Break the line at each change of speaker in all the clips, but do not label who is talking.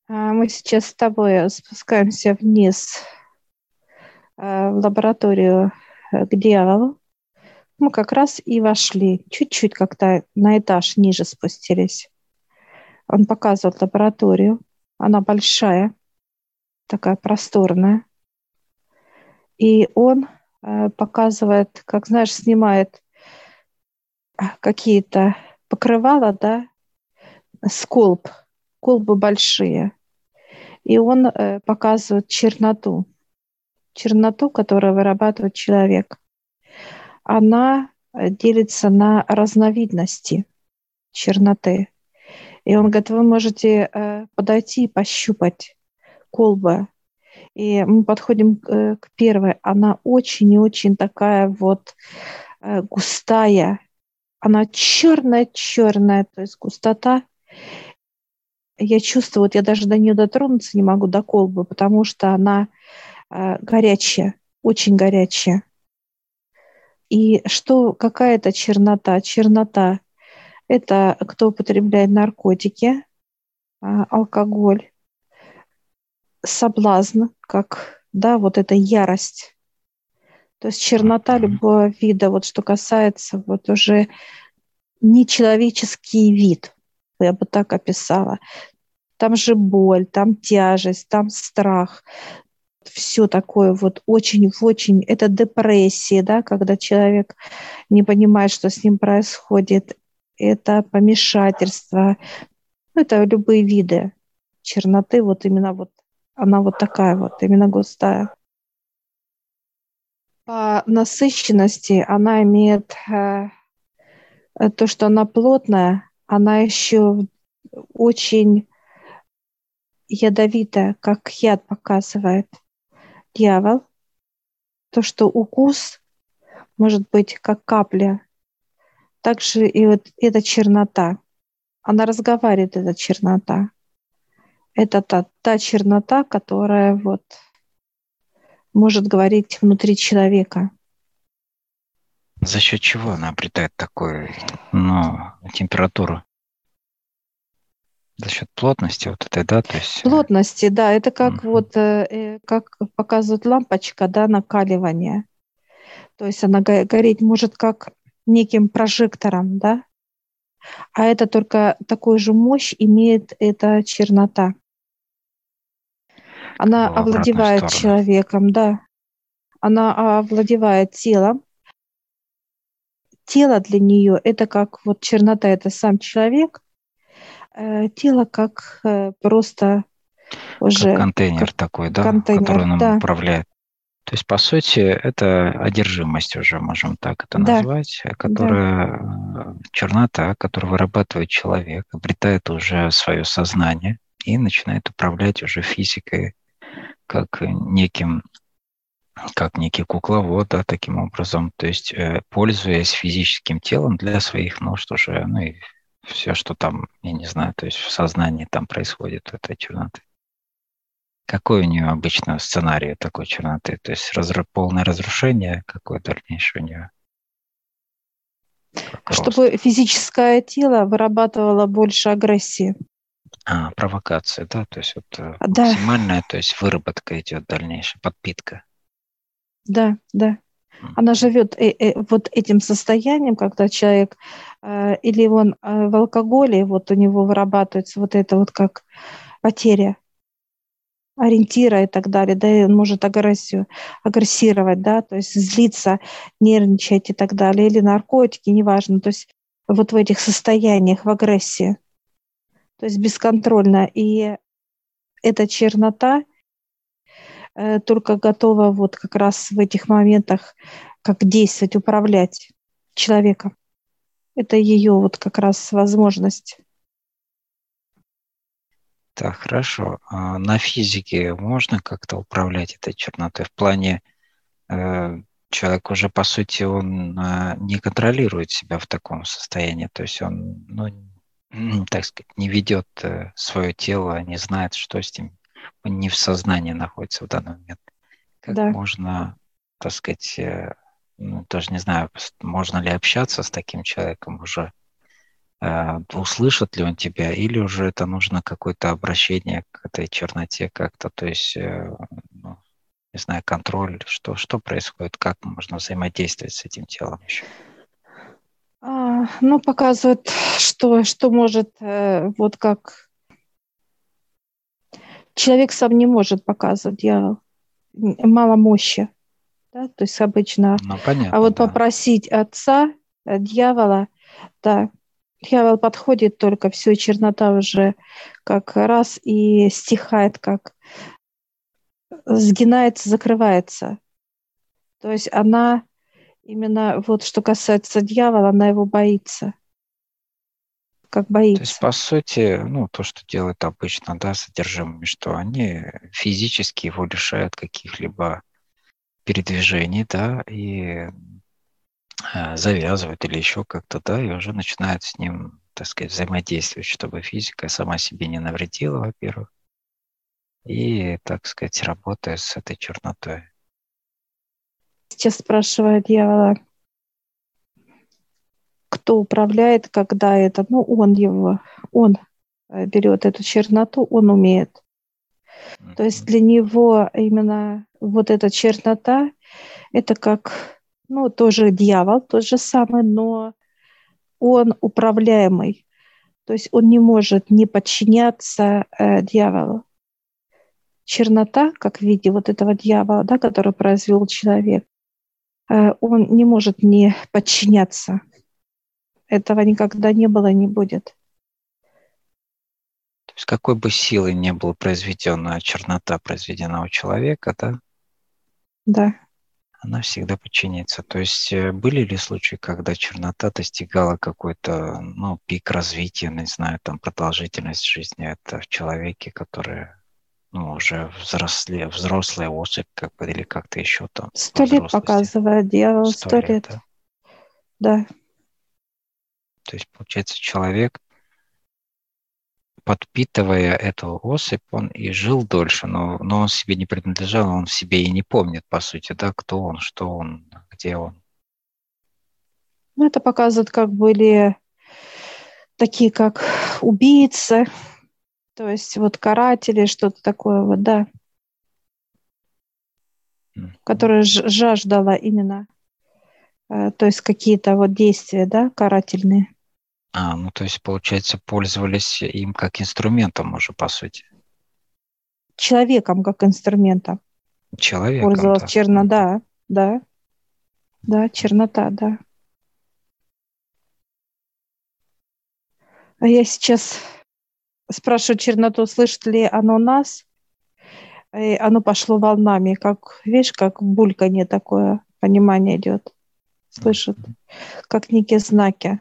Мы сейчас с тобой спускаемся вниз в лабораторию к дьяволу. Мы как раз и вошли, чуть-чуть как-то на этаж ниже спустились. Он показывает лабораторию. Она большая, такая просторная. И он показывает, как, знаешь, снимает какие-то покрывала, да, с колб, колбы большие. И он показывает черноту, которую вырабатывает человек. Она делится на разновидности черноты. И он говорит, вы можете подойти и пощупать колбы. И мы подходим к первой. Она очень и очень такая вот густая. Она черная-черная, то есть густота. Я чувствую, вот я даже до нее дотронуться не могу, до колбы, потому что она горячая, очень горячая. И что, какая это чернота? Чернота – это кто употребляет наркотики, алкоголь, соблазн, как, да, вот эта ярость. То есть чернота
Мгм.
любого вида, вот что касается вот уже нечеловеческий вид, я бы так описала. Там же боль, там тяжесть, там страх. Все такое вот очень-очень, это депрессия, да, когда человек не понимает, что с ним происходит. Это помешательство. Ну, это любые виды черноты, вот именно вот она вот такая вот, именно густая. По насыщенности она имеет то, что она плотная, она еще очень ядовитая, как яд показывает дьявол. То, что укус может быть как капля, также и вот эта чернота. Она разговаривает, эта чернота. Это та чернота, которая вот может говорить внутри человека.
За счет чего она обретает такую, ну, температуру? За счет плотности вот этой, да, то есть.
Плотности, да, это как
Мгм.
вот, как показывает лампочка, да, накаливание. То есть она гореть может как неким прожектором, да, а это только такую же мощь имеет эта чернота.
Как
Она
бы в обратную
овладевает
сторону.
человеком, да, она овладевает телом. Тело для нее это как вот чернота, это сам человек, тело как просто
Как
уже как
контейнер такой, да, в который
контейнер,
он
да,
управляет. То есть, по сути, это одержимость уже, можем так это
да,
назвать,
да,
которая чернота, которую вырабатывает человек, обретает уже свое сознание и начинает управлять уже физикой как неким, как некий кукловод, да, таким образом, то есть пользуясь физическим телом для своих нужд уже, ну и все, что там, я не знаю, то есть в сознании там происходит, этой черноты. Какой у нее обычно сценарий такой черноты? То есть полное разрушение, какое дальнейшее у нее, как рост?
чтобы физическое тело вырабатывало больше агрессии.
Провокация, да, то есть вот
Да,
максимальная, то есть выработка идет дальнейшая, подпитка.
да, да. Она
Мгм.
живет вот этим состоянием, когда человек или он в алкоголе, вот у него вырабатывается вот это вот как потеря ориентира и так далее, да, и он может агрессировать, да, то есть злиться, нервничать и так далее, или наркотики, неважно, то есть вот в этих состояниях, в агрессии, то есть бесконтрольно. И эта чернота только готова вот как раз в этих моментах как действовать, управлять человеком. Это ее вот как раз возможность.
Так, хорошо. На физике можно как-то управлять этой чернотой? В плане э, человек уже, по сути, он не контролирует себя в таком состоянии, то есть он, ну, так сказать, не ведет свое тело, не знает, что с ним, он не в сознании находится в данный момент. Как
Да.
можно, так сказать, ну, даже не знаю, можно ли общаться с таким человеком уже, услышит ли он тебя, или уже это нужно какое-то обращение к этой черноте как-то, то есть, ну, не знаю, контроль, что происходит, как можно взаимодействовать с этим телом еще?
Ну, показывает, что может, вот как человек сам не может показывать, дьявол. Мало мощи, да, то есть обычно.
Ну,
А
понятно,
вот
да.
попросить отца, дьявола, да, дьявол подходит только, все, чернота уже как раз и стихает, как сгинается, закрывается. То есть она именно, вот что касается дьявола, она его боится, как
То есть,
боится.
по сути, ну, то, что делают обычно, да, содержимыми, что они физически его лишают каких-либо передвижений, да, и завязывают или еще как-то, да, и уже начинают с ним, так сказать, взаимодействовать, чтобы физика сама себе не навредила, во-первых, и, так сказать, работая с этой чернотой.
Сейчас спрашивает дьявола, кто управляет, когда это, ну, он берет эту черноту, он умеет. То есть для него именно вот эта чернота, это как, ну, тоже дьявол, тот же самый, но он управляемый. То есть он не может не подчиняться дьяволу. Чернота, как в виде вот этого дьявола, да, который произвел человек, он не может не подчиняться. Этого никогда не было и не будет.
То есть какой бы силой не была произведена чернота произведенного человека, да,
Да.
она всегда подчинится. То есть были ли случаи, когда чернота достигала какой-то, ну, пик развития, не знаю, там, продолжительность жизни это в человеке, который, ну, уже взрослая особь, как бы, или как-то еще там во
100 лет
взрослости?
показывает дьявол,
100
100
лет,
лет.
да?
Да.
То есть, получается, человек, подпитывая эту особь, он и жил дольше, но он себе не принадлежал, он себе и не помнит, по сути, да, кто он, что он, где он.
Ну, это показывает, как были такие, как убийцы, то есть вот каратели, что-то такое вот, да,
Мгм.
которое жаждало именно, то есть какие-то вот действия, да, карательные.
Ну то есть, получается, пользовались им как инструментом уже, по сути.
Человеком как инструментом
Человеком,
пользовалась
да. Мгм.
да, да, да, чернота, да. А я сейчас спрашиваю черноту, слышит ли оно нас, и оно пошло волнами, как, видишь, как бульканье такое, понимание идет, слышит,
Мгм.
как некие знаки.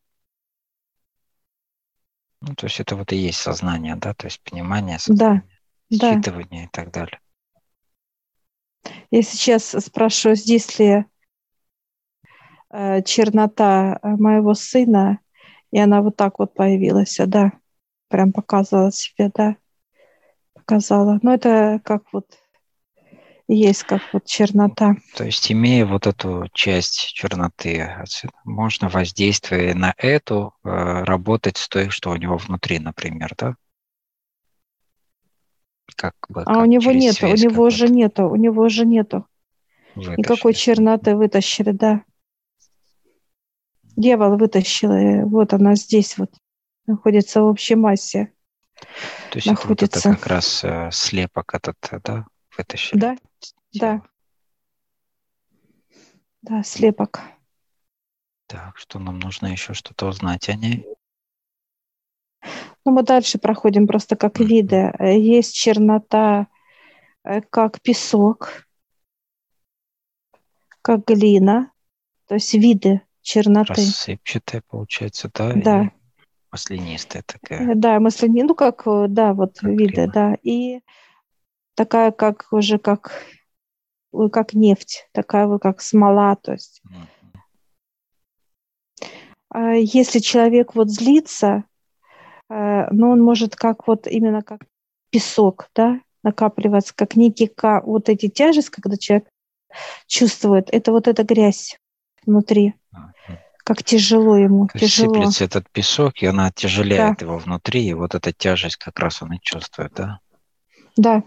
Ну, то есть это вот и есть сознание, да, то есть понимание,
Да,
сознание,
да.
считывание и так далее.
Я сейчас спрашиваю, здесь ли чернота моего сына, и она вот так вот появилась, да, прям показывала себе, да, показала. Но это как вот есть, как вот чернота.
То есть, имея вот эту часть черноты, можно, воздействуя на эту, работать с той, что у него внутри, например, да? Как бы,
А у
как
него
через
нету,
связь какую-то
у него уже нету. Никакой
вытащили.
черноты вытащили, да. Дьявол вытащил, и вот она здесь вот находится в общей массе,
То есть это вот это
находится.
как раз слепок этот, да, вытащили
Да,
это
да,
тело.
да, слепок.
Так, что нам нужно еще что-то узнать о ней?
Ну, мы дальше проходим просто как
Мгм.
виды. Есть чернота, как песок, как глина, то есть виды черноты.
Рассыпчатая получается, да, и
Да,
маслянистая такая,
да, мысли, ну как, да, вот
как
виды,
глина.
да. И такая, как уже как нефть, такая вот, как смола, то есть.
Мгм.
Если человек вот злится, но он может как вот именно как песок, да, накапливаться, как некий вот эти тяжесть, когда человек чувствует, это вот эта грязь внутри,
Мгм.
Как тяжело ему,
То есть
тяжело.
сыплется этот песок, и она
Да,
оттяжеляет его внутри, и вот эта тяжесть как раз он и чувствует, да?
да.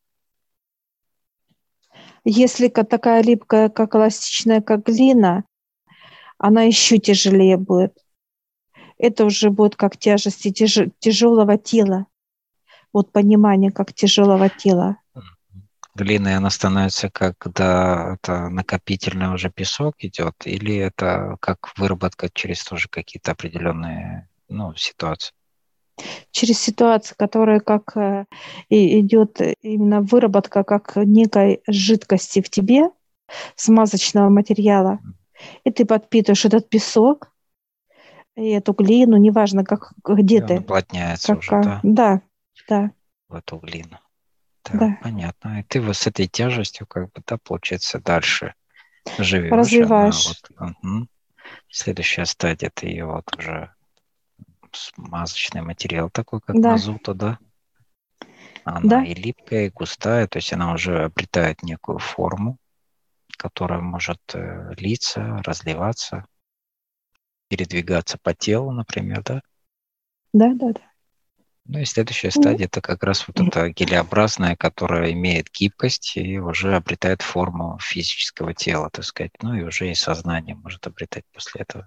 Если такая липкая, как эластичная, как глина, она еще тяжелее будет. Это уже будет как тяжести тяжелого тела. Вот понимание, как тяжелого тела.
Глиной она становится, когда это накопительный уже песок идет, или это как выработка через тоже какие-то определенные, ну, ситуации?
Через ситуацию, которая как идет именно выработка как некой жидкости в тебе, смазочного материала, и ты подпитываешь этот песок и эту глину, неважно, как,
И
где
он
ты,
уплотняется
как,
уже, да,
да, да,
в эту глину. Так,
да,
понятно. И ты вот с этой тяжестью, как бы, да, получается, дальше живешь, она вот,
развиваешь,
следующая стадия, ты ее вот уже смазочный материал такой, как
да,
мазута, да, она
да,
и липкая, и густая, то есть она уже обретает некую форму, которая может литься, разливаться, передвигаться по телу, например, да.
да, да, да.
Ну и следующая
Ну,
стадия – это как раз вот эта гелеобразная, которая имеет гибкость и уже обретает форму физического тела, так сказать. Ну и уже и сознание может обретать после этого.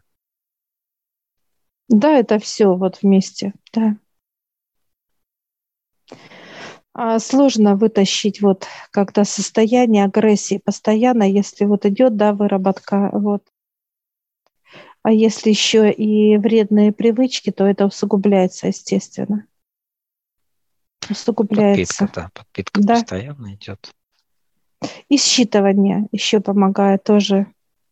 да, это все вот вместе, да. А сложно вытащить вот когда состояние агрессии постоянно, если вот идет, да, выработка, вот. А если еще и вредные привычки, то это усугубляется, естественно.
Подпитка,
Усугубляется,
да, подпитка
да.
постоянно идет.
И считывание еще помогает тоже.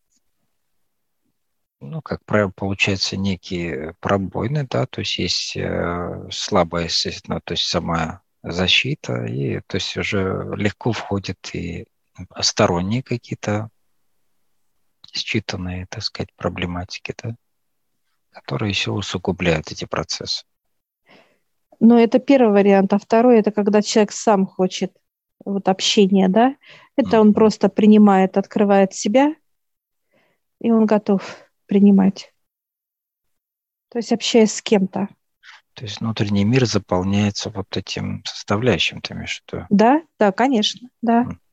Ну, как правило, получается некие пробоины, да, то есть есть слабая, естественно, то есть сама защита, и то есть уже легко входят и сторонние какие-то считанные, так сказать, проблематики, да, которые еще усугубляют эти процессы.
Но это первый вариант. А второй – это когда человек сам хочет вот общения, да. Это он
Мгм.
просто принимает, открывает себя, и он готов принимать. То есть общаясь с кем-то.
То есть внутренний мир заполняется вот этим составляющим, ты имеешь в виду?
Да, да, конечно, да.
М.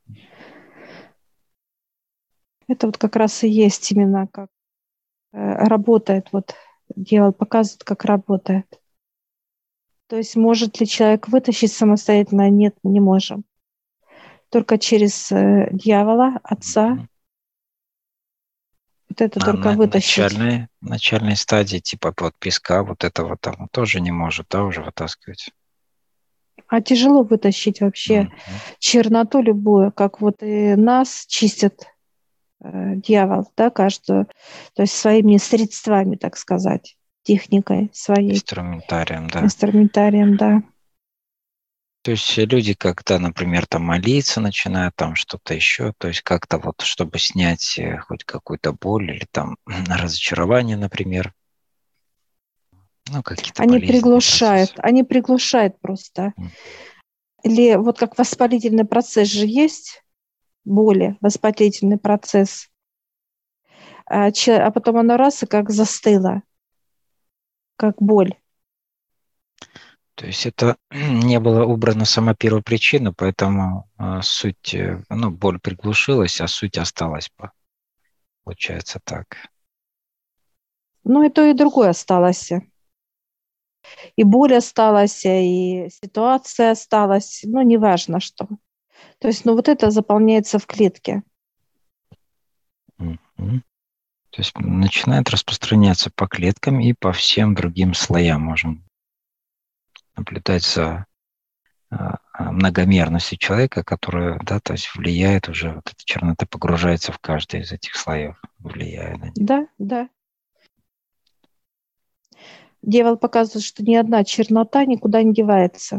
Это вот как раз и есть именно как работает. Вот дьявол показывает, как работает. То есть может ли человек вытащить самостоятельно? Нет, не можем. Только через дьявола, отца,
Мгм.
вот это
А
только
на
вытащить.
начальной стадии, типа вот песка, вот этого там тоже не может, да, уже вытаскивать.
А тяжело вытащить вообще
Мгм.
черноту любую, как вот и нас чистит дьявол, да, каждую, то есть своими средствами, так сказать, техникой своей,
Инструментарием, да.
инструментарием, да.
То есть люди, когда, например, там молиться начинают, там что-то еще, то есть как-то вот, чтобы снять хоть какую-то боль или там разочарование, например, ну, какие-то болезненные процессы.
Они приглушают просто.
М.
Или вот как воспалительный процесс же есть, боли, воспалительный процесс, а потом оно раз и как застыло, как боль.
То есть это не было убрана сама первопричина, поэтому суть, ну, боль приглушилась, а суть осталась, получается так.
Ну и то, и другое осталось. И боль осталась, и ситуация осталась, ну, неважно что. То есть, ну, вот это заполняется в клетке.
Мгм. То есть начинает распространяться по клеткам и по всем другим слоям. Можем наблюдать за многомерностью человека, которая, да, то есть влияет уже, вот эта чернота погружается в каждый из этих слоев, влияя на них.
Да, да. Дьявол показывает, что ни одна чернота никуда не девается.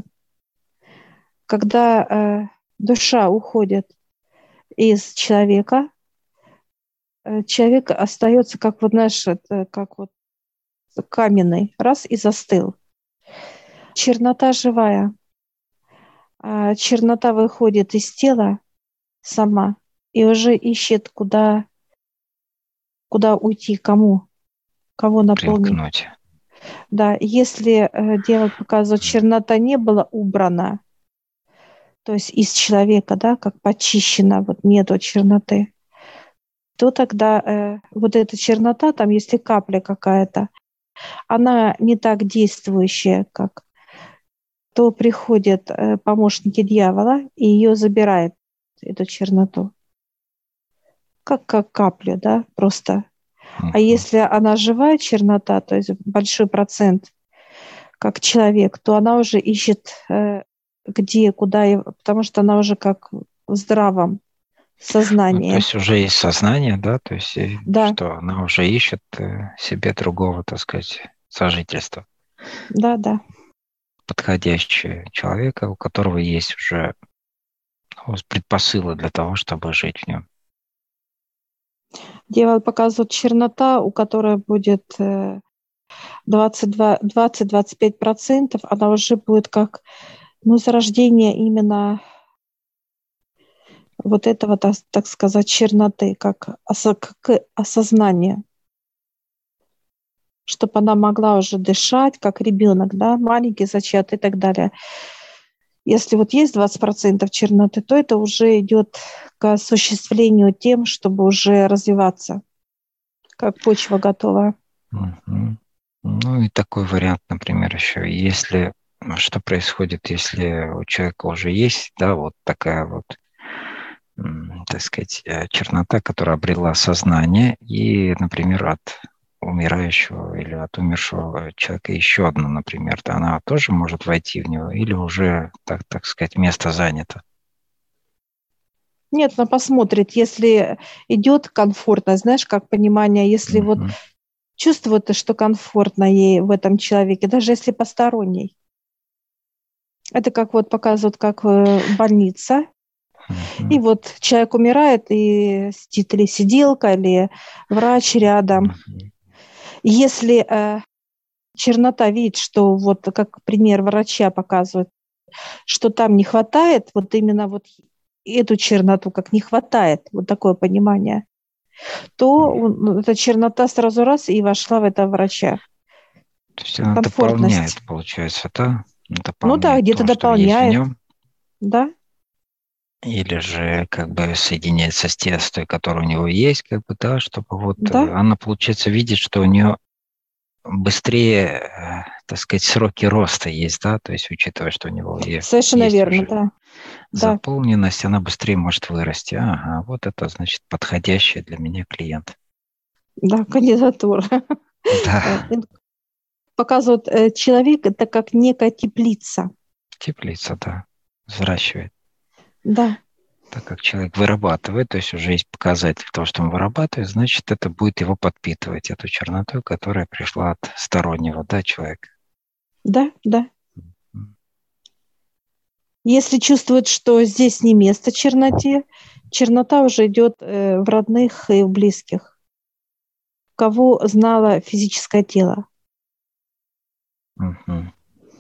Когда душа уходит из человека, человек остается как вот, знаешь, это как вот каменный, раз и застыл. Чернота живая. Чернота выходит из тела сама и уже ищет, куда уйти, кому. кого наполнить.
примкнуть.
Да, если дьявол показывает, чернота не была убрана, то есть из человека, да, как почищена, вот нету черноты, то тогда вот эта чернота, там если капля какая-то, она не так действующая, как то приходят помощники дьявола и ее забирают, эту черноту, как каплю, да, просто. А
Мгм.
если она живая чернота, то есть большой процент, как человек, то она уже ищет где, куда, потому что она уже как в здравом
Ну, то
сознании.
есть уже есть сознание, да, то есть
Да,
что она уже ищет себе другого, так сказать, сожительства,
да, да.
подходящего человека, у которого есть уже предпосылы для того, чтобы жить в нем.
Дьявол показывает чернота, у которой будет 20-25%, она уже будет как зарождение именно вот этого, так сказать, черноты, как осознание, чтобы она могла уже дышать, как ребенок, да, маленький зачат и так далее. Если вот есть 20% черноты, то это уже идет к осуществлению тем, чтобы уже развиваться, как почва готова.
Мгм. Ну и такой вариант, например, еще, если что происходит, если у человека уже есть, да, вот такая вот, так сказать, чернота, которая обрела сознание, и, например, от умирающего или от умершего человека еще одна, например, да, она тоже может войти в него, или уже, так сказать, место занято.
Нет, она посмотрит, если идет комфортно, знаешь, как понимание, если вот
Мгм.
чувствует, что комфортно ей в этом человеке, даже если посторонний. Это как вот показывают, как больница, и
Мгм.
вот человек умирает, и сидит или сиделка, или врач рядом.
Мгм.
Если чернота видит, что вот как пример врача показывает, что там не хватает, вот именно вот эту черноту как не хватает, вот такое понимание, то эта чернота сразу раз и вошла в этого врача.
То есть она
Комфортность.
дополняет, получается, да?
Ну да,
Дополняет
где-то
то, что есть в
дополняет,
нем,
да,
или же как бы соединяется с той, которая у него есть, как бы, да, чтобы вот
да,
она, получается, видит, что у нее быстрее, так сказать, сроки роста есть, да, то есть учитывая, что у него
совершенно
есть
верно,
уже
да, да,
заполненность, она быстрее может вырасти. Ага, вот это значит подходящий для меня клиент.
да, кандидатура. Э,
Да,
Показывают человек это как некая теплица,
теплица, да, взращивает.
да,
Так как человек вырабатывает, то есть уже есть показатель того, что он вырабатывает, значит, это будет его подпитывать, эту черноту, которая пришла от стороннего, да, человека.
да, да. Если чувствует, что здесь не место черноте, чернота уже идет в родных и в близких, кого знало физическое тело.
Мгм.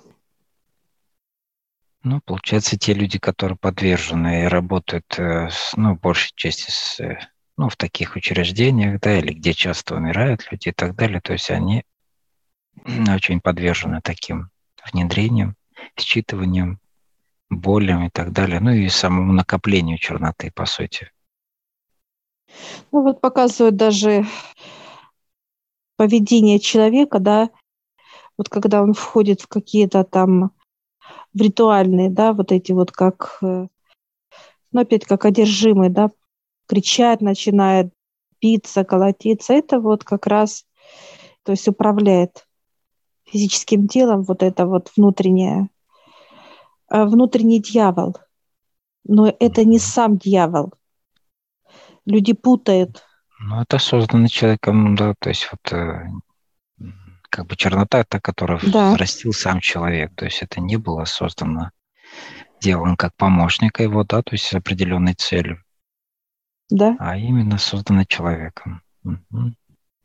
Ну, получается, те люди, которые подвержены и работают, ну, большей части ну, в таких учреждениях, да, или где часто умирают люди и так далее, то есть они очень подвержены таким внедрениям, считываниям, болям и так далее, ну и самому накоплению черноты, по сути.
Ну вот показывают даже поведение человека, да, вот когда он входит в какие-то там в ритуальные, да, вот эти вот как, ну опять как одержимый, да, кричать начинает, биться, колотиться, это вот как раз, то есть управляет физическим телом вот это вот внутреннее, внутренний дьявол. Но это не
Мгм.
сам дьявол. Люди путают.
Ну, это создано человеком, да, то есть вот как бы чернота, та, которую
Да,
взрастил сам человек, то есть это не было создано делом как помощника его, да, то есть с определенной целью,
да.
а именно создано человеком. Мгм.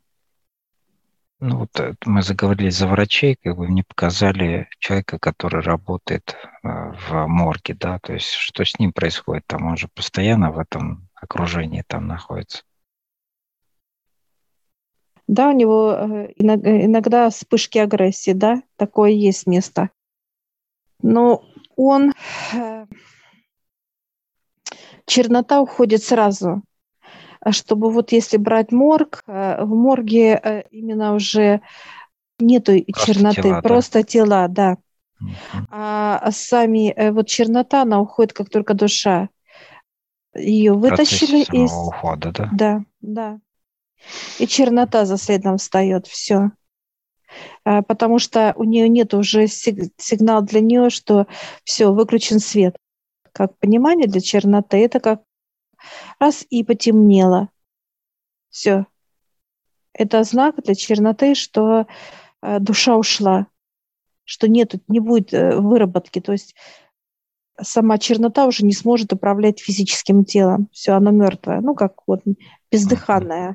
Ну вот мы заговорили за врачей, как бы мне показали человека, который работает в морге, да, то есть что с ним происходит там, он же постоянно в этом окружении там находится.
Да, у него иногда вспышки агрессии, да, такое есть место. Но он, э, чернота уходит сразу. Чтобы вот если брать морг, в морге именно уже нету
Просто
черноты,
тела, да?
просто тела, да.
Мгм.
А сами, вот чернота, она уходит, как только душа. Ее
В процессе
вытащили
самого
из...
ухода, да?
Да, да. И чернота за следом встает, все. Потому что у нее нет уже сигнал для нее, что все, выключен свет. Как понимание для черноты, это как раз и потемнело. Все. Это знак для черноты, что душа ушла, что нету, не будет выработки. То есть сама чернота уже не сможет управлять физическим телом. Все, оно мертвое. Ну, как вот
Мгм.
бездыханное.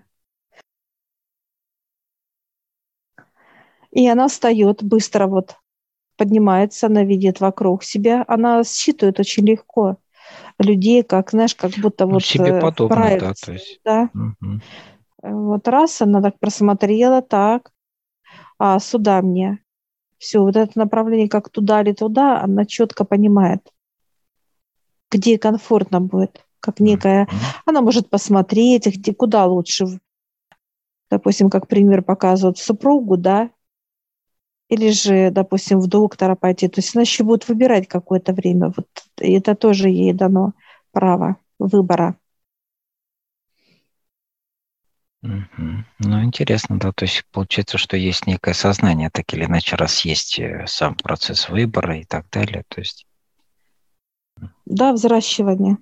И она встает быстро, вот поднимается, она видит вокруг себя. Она считывает очень легко людей, как, знаешь, как будто
Ну,
вот
себе
в
подобных, да, то
проекции,
есть.
да.
Мгм.
Вот раз она так просмотрела, так, сюда мне. Все, вот это направление как туда или туда, она четко понимает, где комфортно будет, как некая...
Мгм.
Она может посмотреть, где, куда лучше, допустим, как пример показывают супругу, да, или же, допустим, в доктора пойти. То есть она еще будет выбирать какое-то время. Вот и это тоже ей дано право выбора.
Мгм. Ну, интересно, да, то есть получается, что есть некое сознание, так или иначе, раз есть сам процесс выбора и так далее, то есть,
Да, взращивание.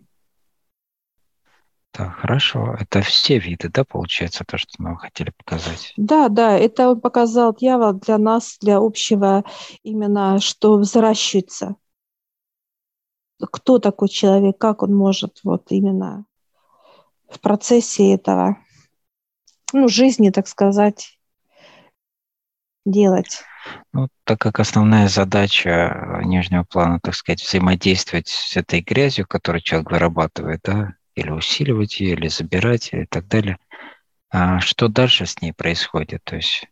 да, хорошо, это все виды, да, получается, то, что мы хотели показать.
Да, да, это он показал дьявол для нас, для общего именно, что взращивается. Кто такой человек, как он может вот именно в процессе этого, ну, жизни, так сказать, делать.
Ну, так как основная задача нижнего плана, так сказать, взаимодействовать с этой грязью, которую человек вырабатывает, да, или усиливать ее, или забирать, и так далее, а что дальше с ней происходит, то есть,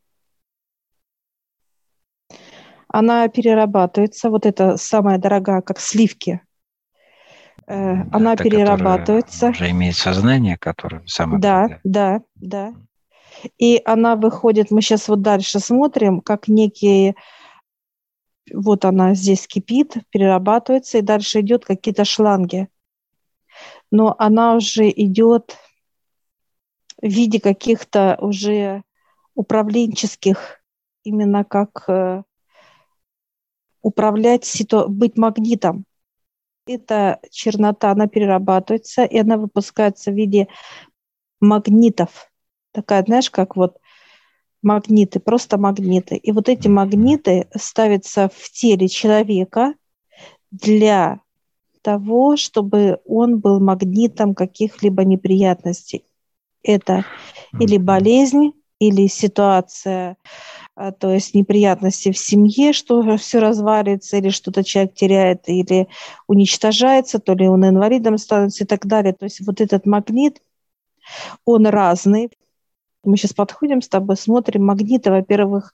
Она перерабатывается, вот это самая дорогая, как сливки. Она
та, которая
перерабатывается,
уже имеет сознание, которая самая
да,
дорогая.
да, да. И она выходит, мы сейчас вот дальше смотрим, как некие, вот она здесь кипит, перерабатывается, и дальше идет какие-то шланги. Но она уже идет в виде каких-то уже управленческих, именно как управлять, быть магнитом. Эта чернота, она перерабатывается, и она выпускается в виде магнитов. Такая, знаешь, как вот магниты, просто магниты. И вот эти
Мгм.
магниты ставятся в теле человека для того, чтобы он был магнитом каких-либо неприятностей. Это или
Мгм.
болезнь, или ситуация, то есть неприятности в семье, что все разваливается, или что-то человек теряет, или уничтожается, то ли он инвалидом становится и так далее. То есть вот этот магнит, он разный. Мы сейчас подходим с тобой, смотрим магниты, во-первых,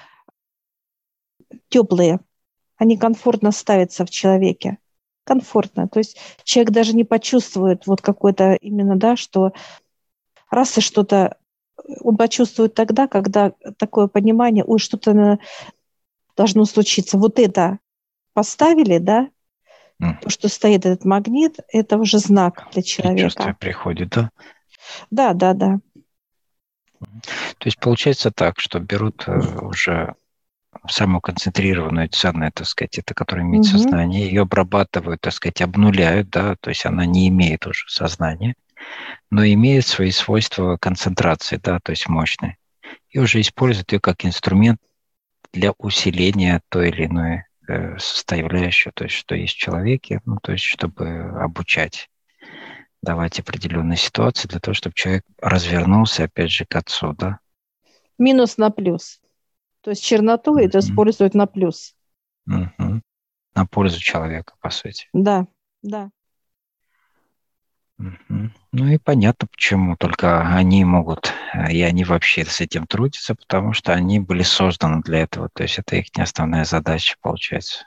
теплые, они комфортно ставятся в человеке. Комфортно. То есть человек даже не почувствует вот какой-то именно, да, что раз и что-то он почувствует тогда, когда такое понимание, ой, что-то должно случиться. Вот это поставили, да,
М.
то, что стоит этот магнит, это уже знак для
Предчувствие
человека.
приходит, да?
Да, да, да.
То есть получается так, что берут уже самую концентрированную ценную, так сказать, это которая имеет
Мгм.
сознание, ее обрабатывают, так сказать, обнуляют, да, то есть она не имеет уже сознания, но имеет свои свойства концентрации, да, то есть мощной, и уже используют ее как инструмент для усиления той или иной составляющей, то есть что есть в человеке, ну, то есть чтобы обучать, давать определенные ситуации для того, чтобы человек развернулся, опять же, к отцу, да.
Минус на плюс. То есть черноту это
Мгм.
используют на плюс.
Мгм. На пользу человека, по сути.
Да, да.
Мгм. Ну и понятно, почему только они могут, и они вообще с этим трудятся, потому что они были созданы для этого. То есть это их не основная задача, получается.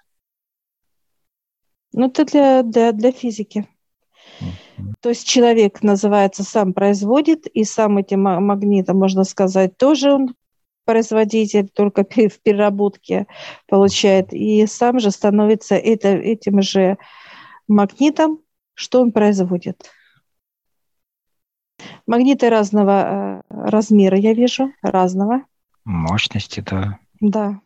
Ну, это для физики.
Мгм.
То есть человек, называется, сам производит, и сам этим магнитом, можно сказать, тоже он производитель, только в переработке получает. И сам же становится этим же магнитом, что он производит. Магниты разного размера я вижу, разного.
Мощности, да.
Да.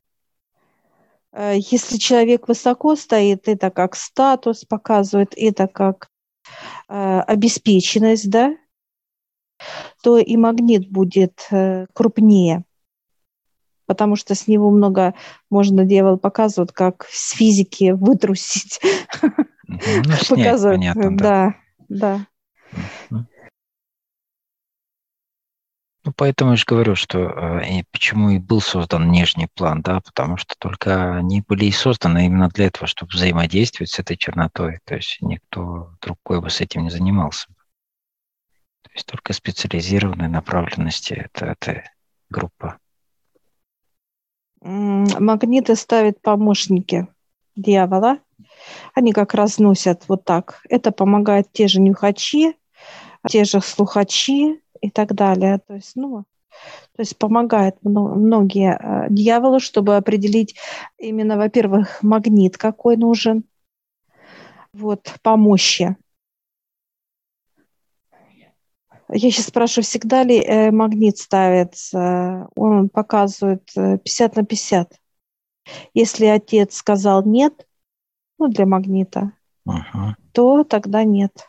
Если человек высоко стоит, это как статус показывает, это как обеспеченность, да, то и магнит будет крупнее, потому что с него много можно, дьявол показывает, как с физики вытрусить,
Мгм. Ну, снять,
показывает,
понятно, да.
да, да.
Мгм. Ну, поэтому я же говорю, что и почему и был создан нижний план, да, потому что только они были и созданы именно для этого, чтобы взаимодействовать с этой чернотой. То есть никто другой бы с этим не занимался. То есть только специализированные направленности это эта группа.
Магниты ставят помощники дьявола. Они как разносят вот так. Это помогает те же нюхачи, те же слухачи и так далее. То есть, то есть помогает многие дьяволу, чтобы определить именно, во-первых, магнит какой нужен, вот, по мощи. Я сейчас спрашиваю, всегда ли магнит ставится? Он показывает 50 на 50. Если отец сказал нет, для магнита,
Мгм.
то тогда нет.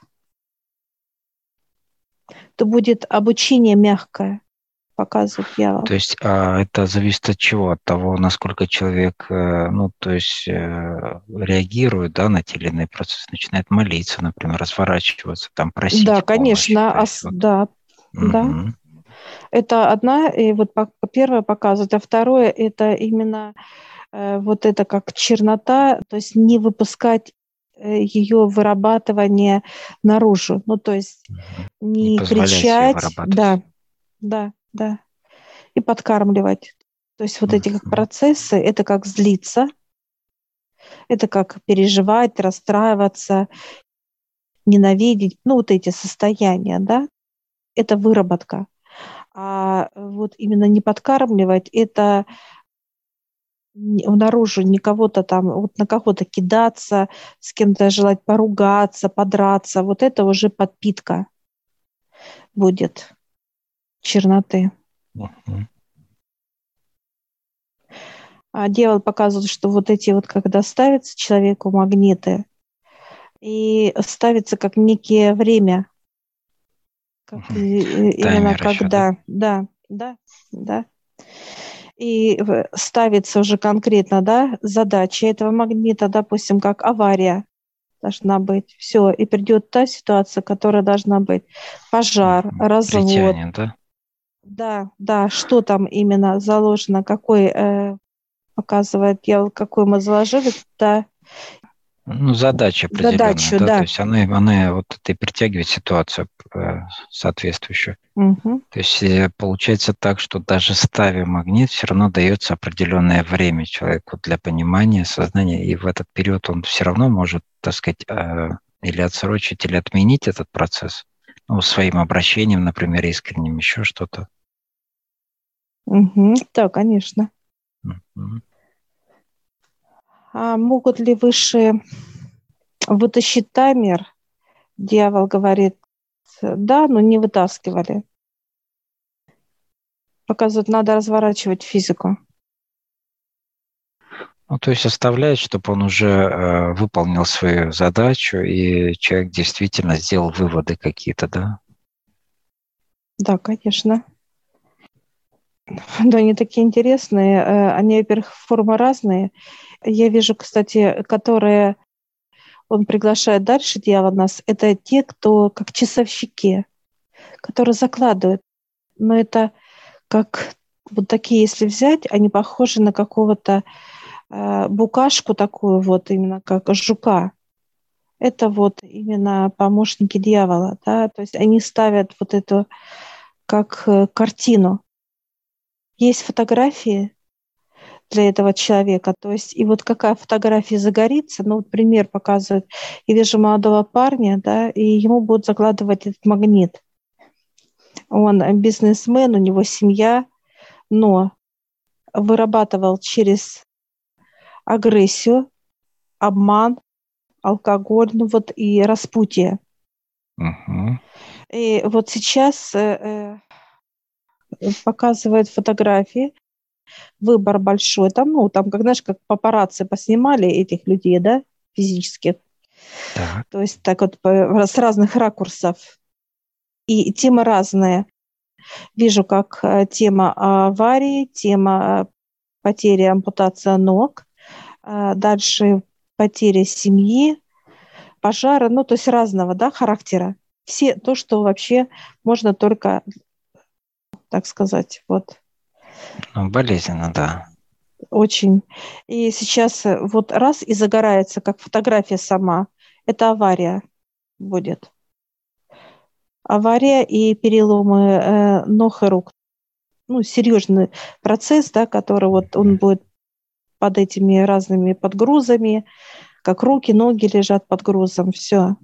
То будет обучение мягкое, показывает дьявол.
То есть это зависит от чего? От того, насколько человек, ну, то есть реагирует, да, на те или иные процессы, начинает молиться, например, разворачиваться, там,
Да,
просить помощи.
конечно,
То есть вот.
да, да.
Мгм.
Это одна, и вот первое показывает, а второе это именно вот это как чернота, то есть не выпускать ее вырабатывание наружу, то есть
Мгм. Не
не
позволять ее
кричать,
вырабатывать.
да, да, да, и подкармливать. То есть вот эти как
Мгм.
процессы, это как злиться, это как переживать, расстраиваться, ненавидеть, вот эти состояния, да, это выработка. А вот именно не подкармливать, это наружу не кого-то там, вот на кого-то кидаться, с кем-то желать поругаться, подраться. Вот это уже подпитка будет черноты.
Мгм.
А дьявол показывает, что вот эти вот, когда ставятся человеку магниты, и ставится как некие время, как
Мгм.
именно
Таймер еще, да?
когда, да, да, да. И ставится уже конкретно, да, задача этого магнита, допустим, как авария должна быть. Все, и придет та ситуация, которая должна быть. Пожар,
Мгм.
развод.
Притянет, да?
Да, да, что там именно заложено, какой показывает дьявол, какой мы заложили, да,
Ну, задача определенная,
задачу,
да, то
да.
есть она вот это и притягивает ситуацию соответствующую.
Мгм.
То есть получается так, что даже ставя магнит, все равно дается определенное время человеку для понимания, сознания, и в этот период он все равно может, так сказать, или отсрочить, или отменить этот процесс, ну, своим обращением, например, искренним, еще что-то.
Мгм. Да, конечно.
Мгм.
А могут ли высшие вытащить таймер? Дьявол говорит, да, но не вытаскивали. Показывает, надо разворачивать физику.
Ну, то есть оставляет, чтобы он уже выполнил свою задачу, и человек действительно сделал выводы какие-то, да?
Да, конечно. Да, они такие интересные. Они, во-первых, формы разные. Я вижу, кстати, которые он приглашает дальше, дьявол нас, это те, кто как часовщики, которые закладывают. Но это как вот такие, если взять, они похожи на какого-то букашку такую вот, именно как жука. Это вот именно помощники дьявола, да, то есть они ставят вот эту как картину. Есть фотографии для этого человека, то есть и вот какая фотография загорится, ну, вот пример показывает, я вижу молодого парня, да, и ему будут закладывать этот магнит. Он бизнесмен, у него семья, но вырабатывал через агрессию, обман, алкоголь, ну вот и распутие.
Мгм.
И вот сейчас показывают фотографии, выбор большой. Там, ну, там, как, знаешь, как папарацци поснимали этих людей, да, физических.
Так.
То есть так вот с разных ракурсов. И темы разные. Вижу, как тема аварии, тема потери, ампутация ног, дальше потеря семьи, пожара, ну, то есть разного, да, характера. Все то, что вообще можно только, так сказать, вот
Ну, болезненно, да.
очень. И сейчас вот раз и загорается, как фотография сама. Это авария будет. Авария и переломы ног и рук. Ну, серьезный процесс, да, который вот он
Мгм.
будет под этими разными подгрузами, как руки, ноги лежат под грузом, все.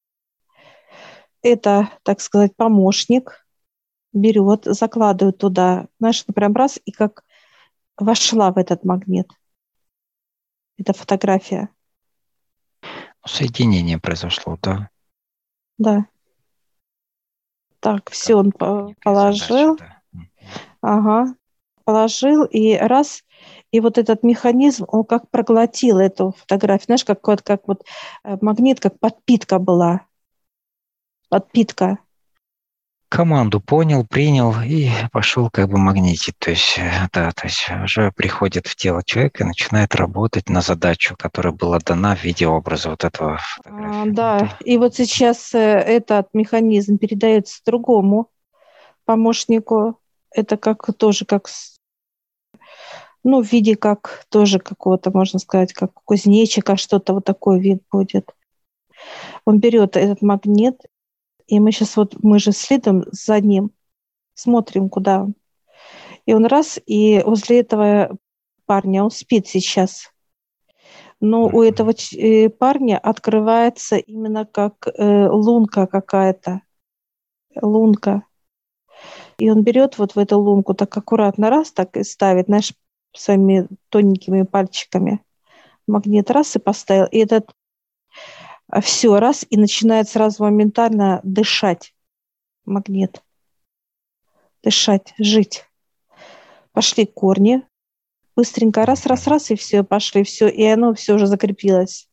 Это, так сказать, помощник берет, закладывает туда, знаешь, ну, прям раз, и как вошла в этот магнит. Это фотография,
Соединение произошло, да.
да. Так, все,
Как
он
некая задача,
положил,
да.
ага, положил, и раз, и вот этот механизм, он как проглотил эту фотографию. Знаешь, как вот магнит, как подпитка была, подпитка.
Команду понял, принял и пошел как бы магнитить. То есть, да, то есть уже приходит в тело человека и начинает работать на задачу, которая была дана в виде образа вот этого фотографии. Ну,
Да,
это
и вот сейчас этот механизм передается другому помощнику. Это как тоже как, ну, в виде как тоже какого-то, можно сказать, как кузнечика, что-то вот такой вид будет. Он берет этот магнит, и мы сейчас вот, мы же следом за ним, смотрим, куда он. И он раз, и возле этого парня, он спит сейчас. Но у
мгм.
этого парня открывается именно как лунка какая-то, лунка. И он берет вот в эту лунку так аккуратно раз, так и ставит, знаешь, своими тоненькими пальчиками. Магнит раз и поставил. И этот все раз, и начинает сразу моментально дышать магнит. Дышать, жить. Пошли корни. Быстренько раз, раз,
Мгм.
раз, и все, пошли, все. И оно все уже закрепилось.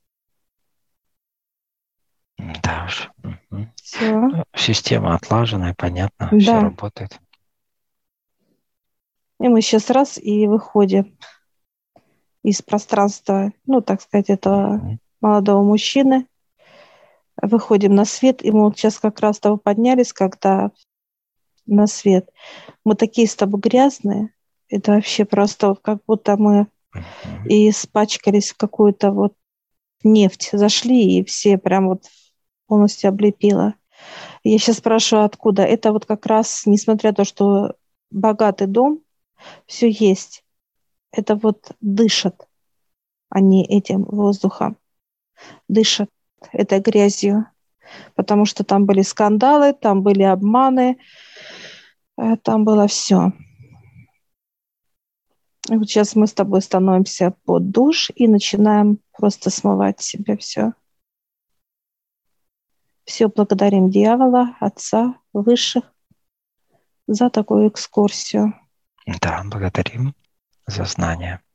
Да уж. Мгм.
Все.
Ну, система отлаженная, понятно, все
Да.
работает.
И мы сейчас раз и выходим из пространства, ну, так сказать, этого
Мгм.
молодого мужчины. Выходим на свет, и мы вот сейчас как раз того поднялись, когда на свет. Мы такие с тобой грязные. Это вообще просто вот как будто мы
Мгм.
и испачкались в какую-то вот нефть. Зашли, и все прям вот полностью облепило. Я сейчас спрашиваю, откуда. Это вот как раз, несмотря на то, что богатый дом, все есть. Это вот дышат они этим воздухом, дышат этой грязью. Потому что там были скандалы, там были обманы, там было все. И вот сейчас мы с тобой становимся под душ и начинаем просто смывать с себя все. Все благодарим дьявола, отца, высших за такую экскурсию.
Да, благодарим за знания.